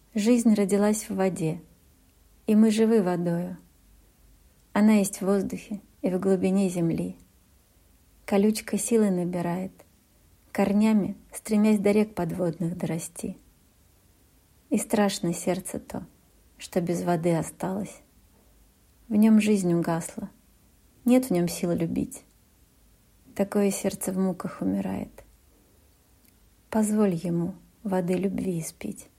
Жизнь родилась в воде, и мы живы водою. Она есть в воздухе и в глубине земли. Колючка силы набирает, корнями стремясь до рек подводных дорасти. И страшно сердце то, что без воды осталось. В нем жизнь угасла, нет в нем сил любить. Такое сердце в муках умирает. Позволь ему воды любви испить.